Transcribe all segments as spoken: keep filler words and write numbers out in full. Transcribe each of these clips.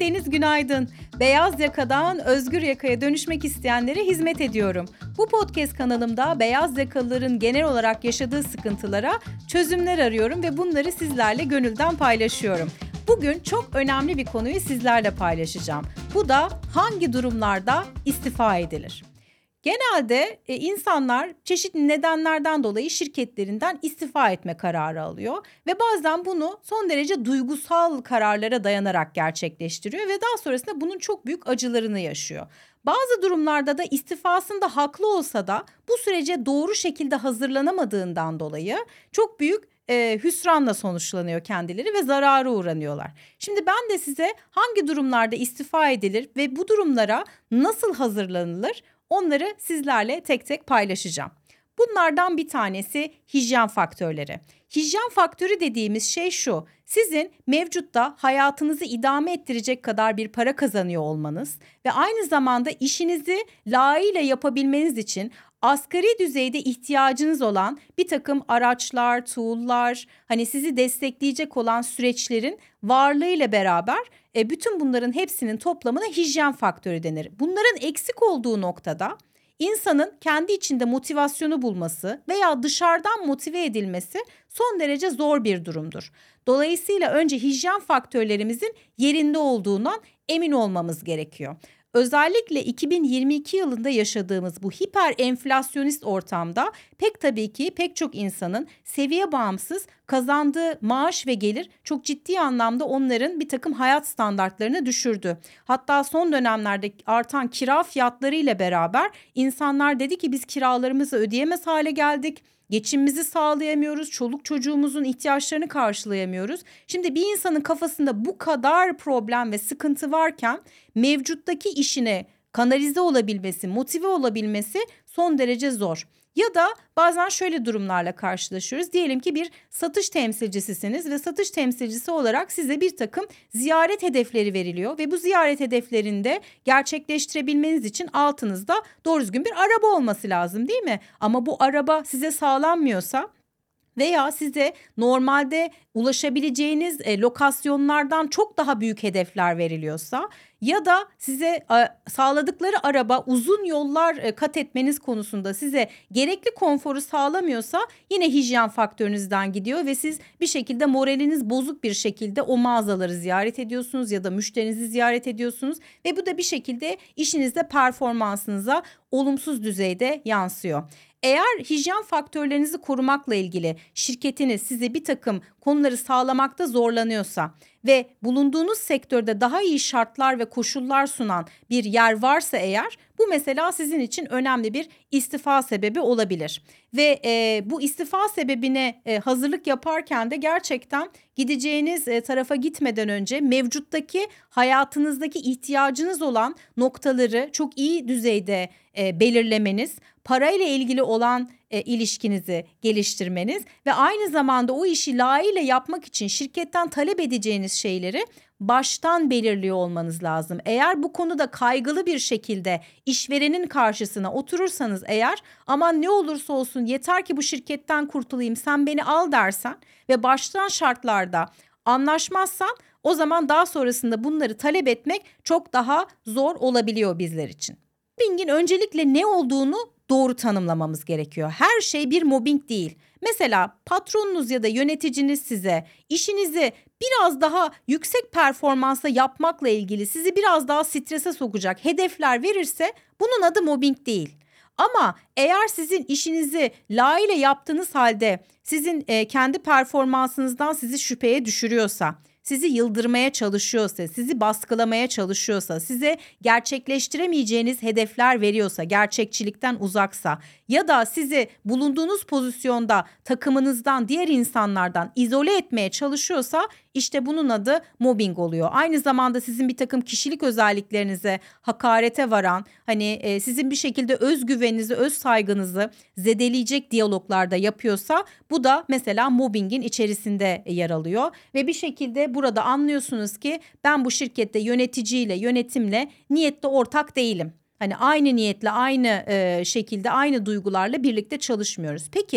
Deniz günaydın. Beyaz yakadan özgür yakaya dönüşmek isteyenlere hizmet ediyorum. Bu podcast kanalımda beyaz yakalıların genel olarak yaşadığı sıkıntılara çözümler arıyorum ve bunları sizlerle gönülden paylaşıyorum. Bugün çok önemli bir konuyu sizlerle paylaşacağım. Bu da hangi durumlarda istifa edilir? Genelde e, insanlar çeşitli nedenlerden dolayı şirketlerinden istifa etme kararı alıyor ve bazen bunu son derece duygusal kararlara dayanarak gerçekleştiriyor ve daha sonrasında bunun çok büyük acılarını yaşıyor. Bazı durumlarda da istifasında haklı olsa da bu sürece doğru şekilde hazırlanamadığından dolayı çok büyük e, hüsranla sonuçlanıyor kendileri ve zarara uğranıyorlar. Şimdi ben de size hangi durumlarda istifa edilir ve bu durumlara nasıl hazırlanılır? Onları sizlerle tek tek paylaşacağım. Bunlardan bir tanesi hijyen faktörleri. Hijyen faktörü dediğimiz şey şu: sizin mevcutta hayatınızı idame ettirecek kadar bir para kazanıyor olmanız ve aynı zamanda işinizi layığıyla yapabilmeniz için asgari düzeyde ihtiyacınız olan bir takım araçlar, tool'lar, hani sizi destekleyecek olan süreçlerin varlığıyla beraber e, bütün bunların hepsinin toplamına hijyen faktörü denir. Bunların eksik olduğu noktada insanın kendi içinde motivasyonu bulması veya dışarıdan motive edilmesi son derece zor bir durumdur. Dolayısıyla önce hijyen faktörlerimizin yerinde olduğundan emin olmamız gerekiyor. Özellikle iki bin yirmi iki yılında yaşadığımız bu hiper enflasyonist ortamda pek tabii ki pek çok insanın seviye bağımsız kazandığı maaş ve gelir çok ciddi anlamda onların bir takım hayat standartlarını düşürdü. Hatta son dönemlerde artan kira fiyatları ile beraber insanlar dedi ki biz kiralarımızı ödeyemez hale geldik. Geçimimizi sağlayamıyoruz, çoluk çocuğumuzun ihtiyaçlarını karşılayamıyoruz. Şimdi bir insanın kafasında bu kadar problem ve sıkıntı varken mevcuttaki işine kanalize olabilmesi, motive olabilmesi son derece zor. Ya da bazen şöyle durumlarla karşılaşıyoruz. Diyelim ki bir satış temsilcisisiniz ve satış temsilcisi olarak size bir takım ziyaret hedefleri veriliyor ve bu ziyaret hedeflerinde gerçekleştirebilmeniz için altınızda doğru düzgün bir araba olması lazım, değil mi? Ama bu araba size sağlanmıyorsa veya size normalde ulaşabileceğiniz e, lokasyonlardan çok daha büyük hedefler veriliyorsa ya da size e, sağladıkları araba uzun yollar e, kat etmeniz konusunda size gerekli konforu sağlamıyorsa yine hijyen faktörünüzden gidiyor ve siz bir şekilde moraliniz bozuk bir şekilde o mağazaları ziyaret ediyorsunuz ya da müşterinizi ziyaret ediyorsunuz ve bu da bir şekilde işinizde performansınıza olumsuz düzeyde yansıyor. Eğer hijyen faktörlerinizi korumakla ilgili şirketiniz size bir takım konuları sağlamakta zorlanıyorsa ve bulunduğunuz sektörde daha iyi şartlar ve koşullar sunan bir yer varsa eğer, bu mesela sizin için önemli bir istifa sebebi olabilir. Ve e, bu istifa sebebine e, hazırlık yaparken de gerçekten gideceğiniz e, tarafa gitmeden önce mevcuttaki hayatınızdaki ihtiyacınız olan noktaları çok iyi düzeyde e, belirlemeniz, parayla ilgili olan e, ilişkinizi geliştirmeniz ve aynı zamanda o işi layığıyla yapmak için şirketten talep edeceğiniz şeyleri baştan belirliyor olmanız lazım. Eğer bu konuda kaygılı bir şekilde işverenin karşısına oturursanız eğer, aman ne olursa olsun yeter ki bu şirketten kurtulayım, sen beni al dersen ve baştan şartlarda anlaşmazsan, o zaman daha sonrasında bunları talep etmek çok daha zor olabiliyor bizler için. Mobbingin öncelikle ne olduğunu doğru tanımlamamız gerekiyor. Her şey bir mobbing değil. Mesela patronunuz ya da yöneticiniz size işinizi biraz daha yüksek performansla yapmakla ilgili sizi biraz daha strese sokacak hedefler verirse bunun adı mobbing değil. Ama eğer sizin işinizi layığıyla yaptığınız halde sizin e, kendi performansınızdan sizi şüpheye düşürüyorsa, sizi yıldırmaya çalışıyorsa, sizi baskılamaya çalışıyorsa, size gerçekleştiremeyeceğiniz hedefler veriyorsa, gerçekçilikten uzaksa ya da sizi bulunduğunuz pozisyonda takımınızdan, diğer insanlardan izole etmeye çalışıyorsa, işte bunun adı mobbing oluyor. Aynı zamanda sizin bir takım kişilik özelliklerinize hakarete varan, hani e, sizin bir şekilde özgüveninizi, öz saygınızı zedeleyecek diyaloglarda yapıyorsa, bu da mesela mobbingin içerisinde yer alıyor ve bir şekilde burada anlıyorsunuz ki ben bu şirkette yöneticiyle, yönetimle niyetli ortak değilim. Hani aynı niyetle, aynı e, şekilde, aynı duygularla birlikte çalışmıyoruz. Peki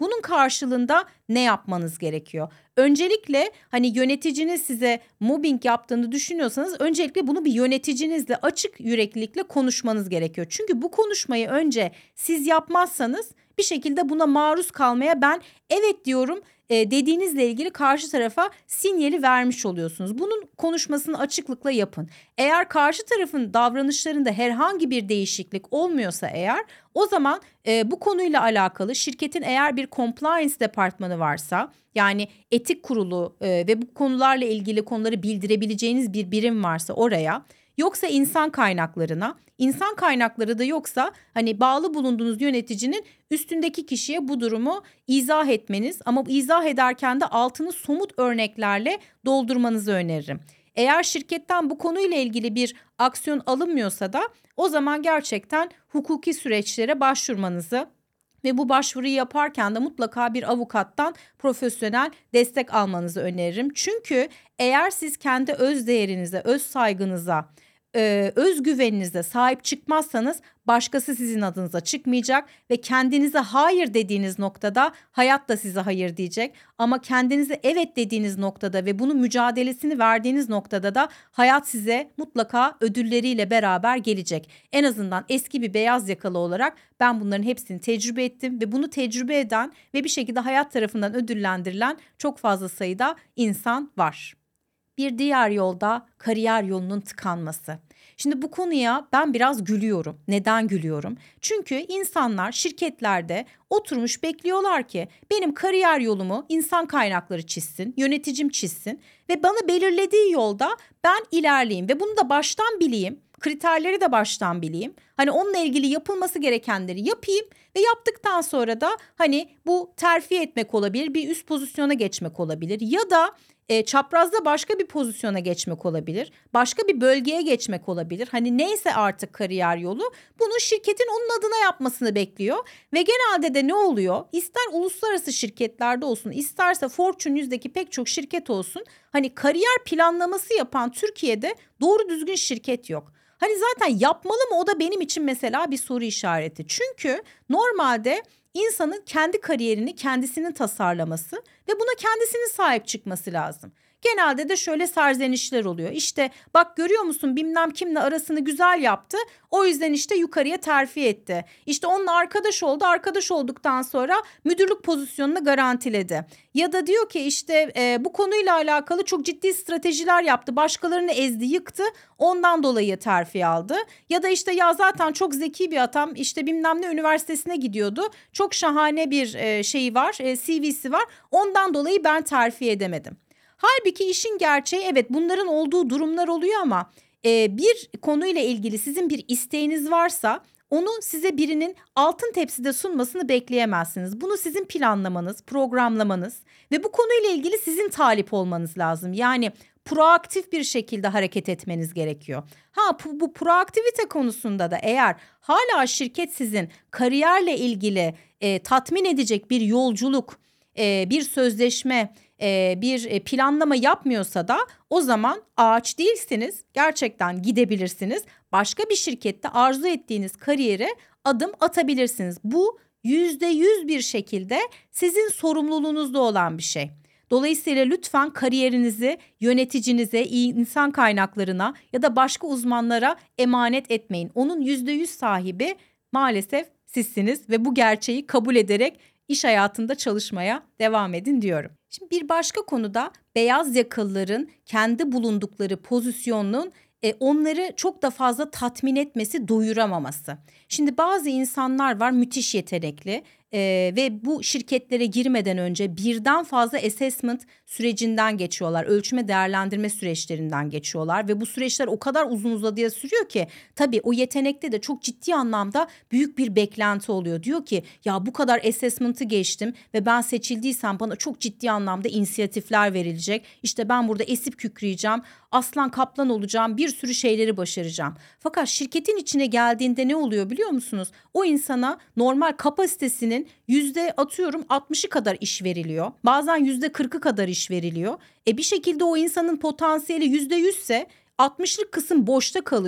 Bunun karşılığında ne yapmanız gerekiyor? Öncelikle hani yöneticiniz size mobbing yaptığını düşünüyorsanız öncelikle bunu bir yöneticinizle açık yüreklilikle konuşmanız gerekiyor. Çünkü bu konuşmayı önce siz yapmazsanız bir şekilde buna maruz kalmaya ben evet diyorum e, dediğinizle ilgili karşı tarafa sinyali vermiş oluyorsunuz. Bunun konuşmasını açıklıkla yapın. Eğer karşı tarafın davranışlarında herhangi bir değişiklik olmuyorsa eğer o zaman e, bu konuyla alakalı şirketin eğer bir compliance departmanı varsa yani etik kurulu e, ve bu konularla ilgili konuları bildirebileceğiniz bir birim varsa oraya yoksa insan kaynaklarına, insan kaynakları da yoksa hani bağlı bulunduğunuz yöneticinin üstündeki kişiye bu durumu izah etmeniz ama izah ederken de altını somut örneklerle doldurmanızı öneririm. Eğer şirketten bu konuyla ilgili bir aksiyon alınmıyorsa da o zaman gerçekten hukuki süreçlere başvurmanızı ve bu başvuruyu yaparken de mutlaka bir avukattan profesyonel destek almanızı öneririm. Çünkü eğer siz kendi öz değerinize, öz saygınıza, e, özgüveninize sahip çıkmazsanız başkası sizin adınıza çıkmayacak ve kendinize hayır dediğiniz noktada hayat da size hayır diyecek. Ama kendinize evet dediğiniz noktada ve bunun mücadelesini verdiğiniz noktada da hayat size mutlaka ödülleriyle beraber gelecek. En azından eski bir beyaz yakalı olarak ben bunların hepsini tecrübe ettim ve bunu tecrübe eden ve bir şekilde hayat tarafından ödüllendirilen çok fazla sayıda insan var. Bir diğer yolda kariyer yolunun tıkanması. Şimdi bu konuya ben biraz gülüyorum. Neden gülüyorum? Çünkü insanlar şirketlerde oturmuş bekliyorlar ki benim kariyer yolumu insan kaynakları çizsin, yöneticim çizsin ve bana belirlediği yolda ben ilerleyeyim ve bunu da baştan bileyim. Kriterleri de baştan bileyim. Hani onunla ilgili yapılması gerekenleri yapayım ve yaptıktan sonra da hani bu terfi etmek olabilir, bir üst pozisyona geçmek olabilir ya da e, çaprazda başka bir pozisyona geçmek olabilir, başka bir bölgeye geçmek olabilir. Hani neyse artık kariyer yolu bunu şirketin onun adına yapmasını bekliyor ve genelde de ne oluyor? İster uluslararası şirketlerde olsun, isterse Fortune yüzdeki pek çok şirket olsun. Hani kariyer planlaması yapan Türkiye'de doğru düzgün şirket yok. Hani zaten yapmalı mı o da benim için mesela bir soru işareti. Çünkü normalde insanın kendi kariyerini kendisinin tasarlaması ve buna kendisinin sahip çıkması lazım. Genelde de şöyle serzenişler oluyor. İşte bak görüyor musun bilmem kimle arasını güzel yaptı. O yüzden işte yukarıya terfi etti. İşte onunla arkadaş oldu. Arkadaş olduktan sonra müdürlük pozisyonunu garantiledi. Ya da diyor ki işte e, bu konuyla alakalı çok ciddi stratejiler yaptı. Başkalarını ezdi, yıktı. Ondan dolayı terfi aldı. Ya da işte ya zaten çok zeki bir adam işte bilmem ne üniversitesine gidiyordu. Çok şahane bir e, şeyi var, e, C V'si var. Ondan dolayı ben terfi edemedim. Halbuki işin gerçeği evet bunların olduğu durumlar oluyor ama e, bir konuyla ilgili sizin bir isteğiniz varsa onu size birinin altın tepside sunmasını bekleyemezsiniz. Bunu sizin planlamanız, programlamanız ve bu konuyla ilgili sizin talip olmanız lazım. Yani proaktif bir şekilde hareket etmeniz gerekiyor. Ha bu, bu proaktivite konusunda da eğer hala şirket sizin kariyerle ilgili e, tatmin edecek bir yolculuk, e, bir sözleşme, e, bir e, planlama yapmıyorsa da o zaman ağaç değilsiniz. Gerçekten gidebilirsiniz. Başka bir şirkette arzu ettiğiniz kariyere adım atabilirsiniz. Bu yüzde yüz bir şekilde sizin sorumluluğunuzda olan bir şey. Dolayısıyla lütfen kariyerinizi yöneticinize, insan kaynaklarına ya da başka uzmanlara emanet etmeyin. Onun yüzde yüz sahibi maalesef sizsiniz ve bu gerçeği kabul ederek iş hayatında çalışmaya devam edin diyorum. Şimdi bir başka konuda beyaz yakalıların kendi bulundukları pozisyonun e, onları çok da fazla tatmin etmesi, doyuramaması. Şimdi bazı insanlar var müthiş yetenekli e, ve bu şirketlere girmeden önce birden fazla assessment sürecinden geçiyorlar. Ölçme değerlendirme süreçlerinden geçiyorlar ve bu süreçler o kadar uzun uzadıya sürüyor ki tabii o yetenekte de çok ciddi anlamda büyük bir beklenti oluyor. Diyor ki ya bu kadar assessment'ı geçtim ve ben seçildiysem bana çok ciddi anlamda inisiyatifler verilecek. İşte ben burada esip kükreyeceğim, aslan kaplan olacağım, bir sürü şeyleri başaracağım. Fakat şirketin içine geldiğinde ne oluyor biliyor musunuz? O insana normal kapasitesinin yüzde atıyorum altmışı kadar iş veriliyor. Bazen yüzde kırkı kadar iş veriliyor. E bir şekilde o insanın potansiyeli yüzde yüzse altmışlık kısım boşta kalıyor.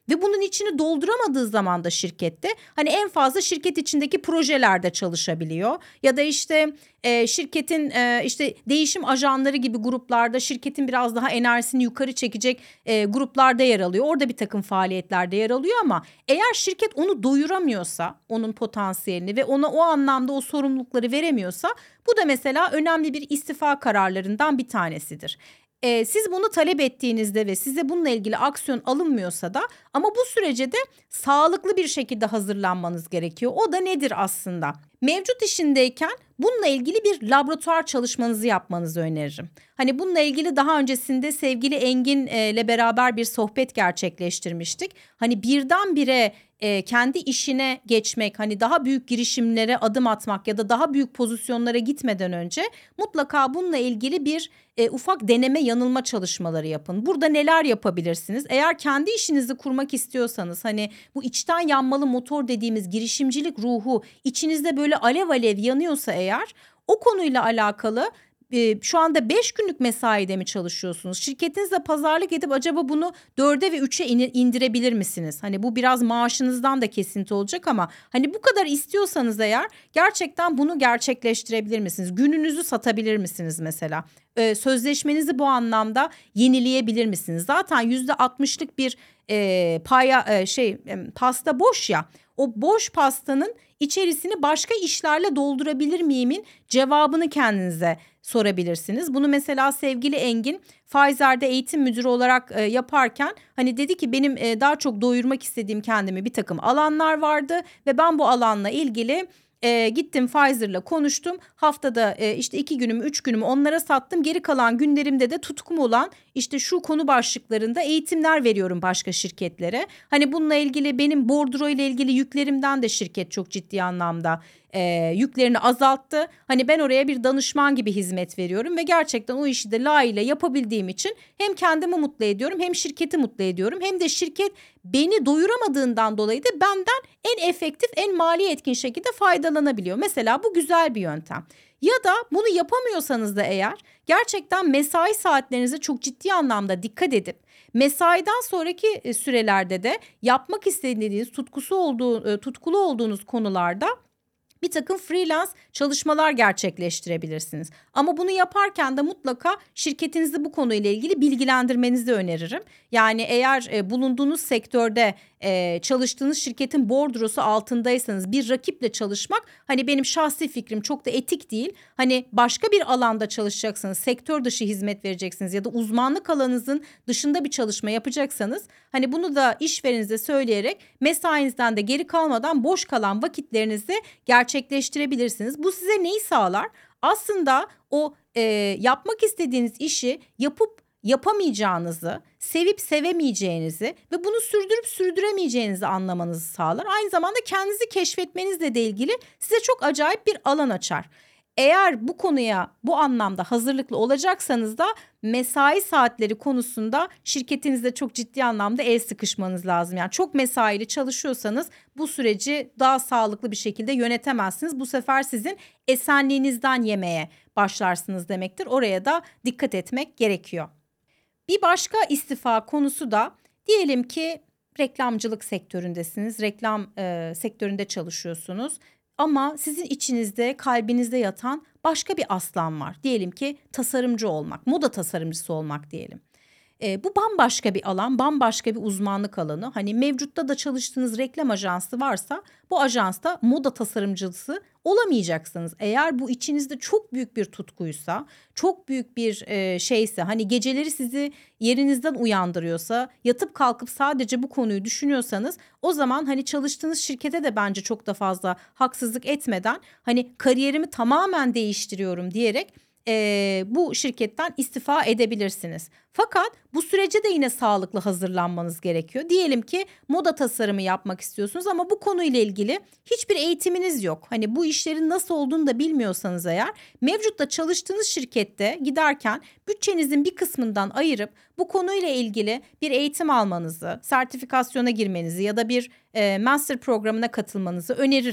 ve bunun içini dolduramadığı zaman da şirkette hani en fazla şirket içindeki projelerde çalışabiliyor. Ya da işte e, şirketin e, işte değişim ajanları gibi gruplarda şirketin biraz daha enerjisini yukarı çekecek e, gruplarda yer alıyor. Orada bir takım faaliyetlerde yer alıyor ama eğer şirket onu doyuramıyorsa, onun potansiyelini ve ona o anlamda o sorumlulukları veremiyorsa, bu da mesela önemli bir istifa kararlarından bir tanesidir. Ee, siz bunu talep ettiğinizde ve size bununla ilgili aksiyon alınmıyorsa da, ama bu sürece de sağlıklı bir şekilde hazırlanmanız gerekiyor. O da nedir aslında? Mevcut işindeyken bununla ilgili bir laboratuvar çalışmanızı yapmanızı öneririm. Hani bununla ilgili daha öncesinde sevgili Engin ile beraber bir sohbet gerçekleştirmiştik. Hani birdenbire e, kendi işine geçmek, hani daha büyük girişimlere adım atmak ya da daha büyük pozisyonlara gitmeden önce mutlaka bununla ilgili bir e, ufak deneme yanılma çalışmaları yapın. Burada neler yapabilirsiniz? Eğer kendi işinizi kurmak istiyorsanız, hani bu içten yanmalı motor dediğimiz girişimcilik ruhu içinizde böyle alev alev yanıyorsa eğer, o konuyla alakalı e, şu anda beş günlük mesaide mi çalışıyorsunuz? Şirketinizle pazarlık edip acaba bunu dörde ve üçe indirebilir misiniz? Hani bu biraz maaşınızdan da kesinti olacak ama hani bu kadar istiyorsanız eğer, gerçekten bunu gerçekleştirebilir misiniz? Gününüzü satabilir misiniz mesela? Ee, sözleşmenizi bu anlamda yenileyebilir misiniz? Zaten yüzde altmışlık bir e, paya e, şey e, pasta boş ya. O boş pastanın içerisini başka işlerle doldurabilir miyimin cevabını kendinize sorabilirsiniz. Bunu mesela sevgili Engin Pfizer'de eğitim müdürü olarak e, yaparken hani dedi ki benim e, daha çok doyurmak istediğim kendimi bir takım alanlar vardı ve ben bu alanla ilgili E, gittim Pfizer'la konuştum. Haftada e, işte iki günümü, üç günümü onlara sattım. Geri kalan günlerimde de tutkum olan işte şu konu başlıklarında eğitimler veriyorum başka şirketlere. Hani bununla ilgili benim bordro ile ilgili yüklerimden de şirket çok ciddi anlamda e, yüklerini azalttı. Hani ben oraya bir danışman gibi hizmet veriyorum ve gerçekten o işi de layığıyla yapabildiğim için hem kendimi mutlu ediyorum, hem şirketi mutlu ediyorum, hem de şirket beni doyuramadığından dolayı da benden en efektif, en mali etkin şekilde faydalanabiliyor. Mesela bu güzel bir yöntem. Ya da bunu yapamıyorsanız da eğer, gerçekten mesai saatlerinize çok ciddi anlamda dikkat edip mesaiden sonraki sürelerde de yapmak istediğiniz, tutkusu olduğu, tutkulu olduğunuz konularda bir takım freelance çalışmalar gerçekleştirebilirsiniz. Ama bunu yaparken de mutlaka şirketinizi bu konuyla ilgili bilgilendirmenizi öneririm. Yani eğer e, bulunduğunuz sektörde e, çalıştığınız şirketin bordrosu altındaysanız bir rakiple çalışmak, hani benim şahsi fikrim, çok da etik değil. Hani başka bir alanda çalışacaksınız, sektör dışı hizmet vereceksiniz ya da uzmanlık alanınızın dışında bir çalışma yapacaksanız, hani bunu da işverenize söyleyerek mesainizden de geri kalmadan boş kalan vakitlerinizi gerçekleştirebilirsiniz. Bu size neyi sağlar? Aslında o e, yapmak istediğiniz işi yapıp yapamayacağınızı, sevip sevemeyeceğinizi ve bunu sürdürüp sürdüremeyeceğinizi anlamanızı sağlar. Aynı zamanda kendinizi keşfetmenizle de ilgili size çok acayip bir alan açar. Eğer bu konuya bu anlamda hazırlıklı olacaksanız da mesai saatleri konusunda şirketinizde çok ciddi anlamda el sıkışmanız lazım. Yani çok mesaili çalışıyorsanız bu süreci daha sağlıklı bir şekilde yönetemezsiniz. Bu sefer sizin esenliğinizden yemeye başlarsınız demektir. Oraya da dikkat etmek gerekiyor. Bir başka istifa konusu da, diyelim ki reklamcılık sektöründesiniz, reklam e, sektöründe çalışıyorsunuz. Ama sizin içinizde, kalbinizde yatan başka bir aslan var. Diyelim ki tasarımcı olmak, moda tasarımcısı olmak diyelim. E, bu bambaşka bir alan, bambaşka bir uzmanlık alanı. Hani mevcutta da çalıştığınız reklam ajansı varsa, bu ajansta moda tasarımcısı olamayacaksınız. Eğer bu içinizde çok büyük bir tutkuysa, çok büyük bir e, şeyse, hani geceleri sizi yerinizden uyandırıyorsa, yatıp kalkıp sadece bu konuyu düşünüyorsanız, o zaman hani çalıştığınız şirkete de bence çok da fazla haksızlık etmeden, hani kariyerimi tamamen değiştiriyorum diyerek e, bu şirketten istifa edebilirsiniz. Fakat bu sürece de yine sağlıklı hazırlanmanız gerekiyor. Diyelim ki moda tasarımı yapmak istiyorsunuz ama bu konuyla ilgili hiçbir eğitiminiz yok. Hani bu işlerin nasıl olduğunu da bilmiyorsanız eğer, mevcutta çalıştığınız şirkette giderken bütçenizin bir kısmından ayırıp bu konuyla ilgili bir eğitim almanızı, sertifikasyona girmenizi ya da bir e, master programına katılmanızı öneririm.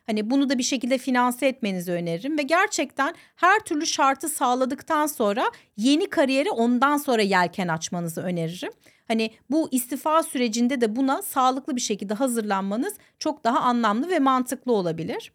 Hani bunu da bir şekilde finanse etmenizi öneririm ve gerçekten her türlü şartı sağladıktan sonra yeni kariyere ondan sonra yelken açmanızı öneririm. Hani bu istifa sürecinde de buna sağlıklı bir şekilde hazırlanmanız çok daha anlamlı ve mantıklı olabilir.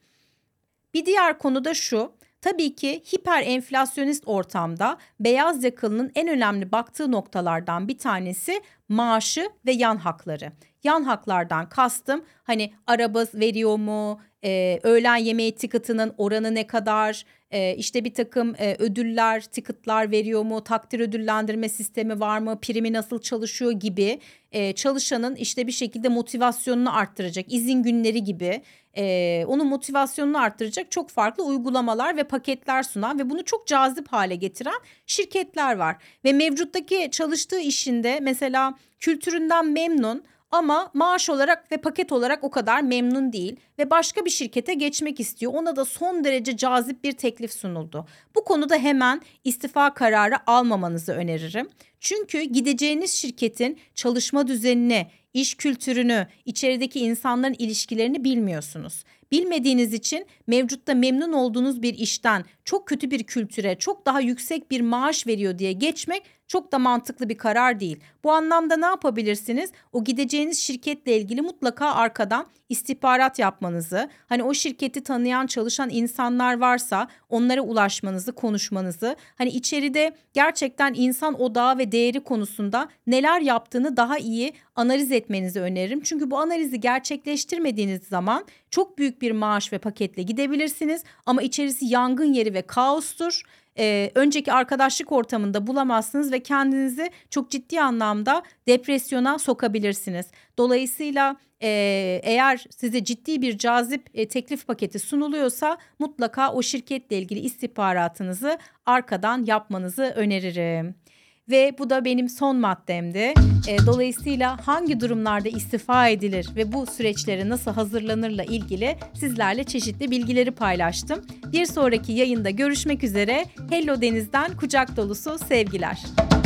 Bir diğer konu da şu. Tabii ki hiper enflasyonist ortamda beyaz yakalının en önemli baktığı noktalardan bir tanesi maaşı ve yan hakları. Yan haklardan kastım hani araba veriyor mu, e, öğlen yemeği ticket'ının oranı ne kadar, e, işte bir takım e, ödüller, ticket'lar veriyor mu, takdir ödüllendirme sistemi var mı, primi nasıl çalışıyor gibi e, çalışanın işte bir şekilde motivasyonunu arttıracak, izin günleri gibi e, onun motivasyonunu arttıracak çok farklı uygulamalar ve paketler sunan ve bunu çok cazip hale getiren şirketler var. Ve mevcuttaki çalıştığı işinde mesela kültüründen memnun ama maaş olarak ve paket olarak o kadar memnun değil ve başka bir şirkete geçmek istiyor. Ona da son derece cazip bir teklif sunuldu. Bu konuda hemen istifa kararı almamanızı öneririm. Çünkü gideceğiniz şirketin çalışma düzenini, iş kültürünü, içerideki insanların ilişkilerini bilmiyorsunuz. Bilmediğiniz için mevcutta memnun olduğunuz bir işten çok kötü bir kültüre, çok daha yüksek bir maaş veriyor diye geçmek çok da mantıklı bir karar değil. Bu anlamda ne yapabilirsiniz? O gideceğiniz şirketle ilgili mutlaka arkadan istihbarat yapmanızı, hani o şirketi tanıyan, çalışan insanlar varsa onlara ulaşmanızı, konuşmanızı, hani içeride gerçekten insan odağı ve değeri konusunda neler yaptığını daha iyi analiz etmenizi öneririm. Çünkü bu analizi gerçekleştirmediğiniz zaman çok büyük bir maaş ve paketle gidebilirsiniz ama içerisi yangın yeri ve kaostur. Ee, önceki arkadaşlık ortamında bulamazsınız ve kendinizi çok ciddi anlamda depresyona sokabilirsiniz. Dolayısıyla e, eğer size ciddi bir cazip e, teklif paketi sunuluyorsa mutlaka o şirketle ilgili istihbaratınızı arkadan yapmanızı öneririm. Ve bu da benim son maddemdi. E, dolayısıyla hangi durumlarda istifa edilir ve bu süreçlere nasıl hazırlanırla ilgili sizlerle çeşitli bilgileri paylaştım. Bir sonraki yayında görüşmek üzere. Hello Deniz'den kucak dolusu sevgiler.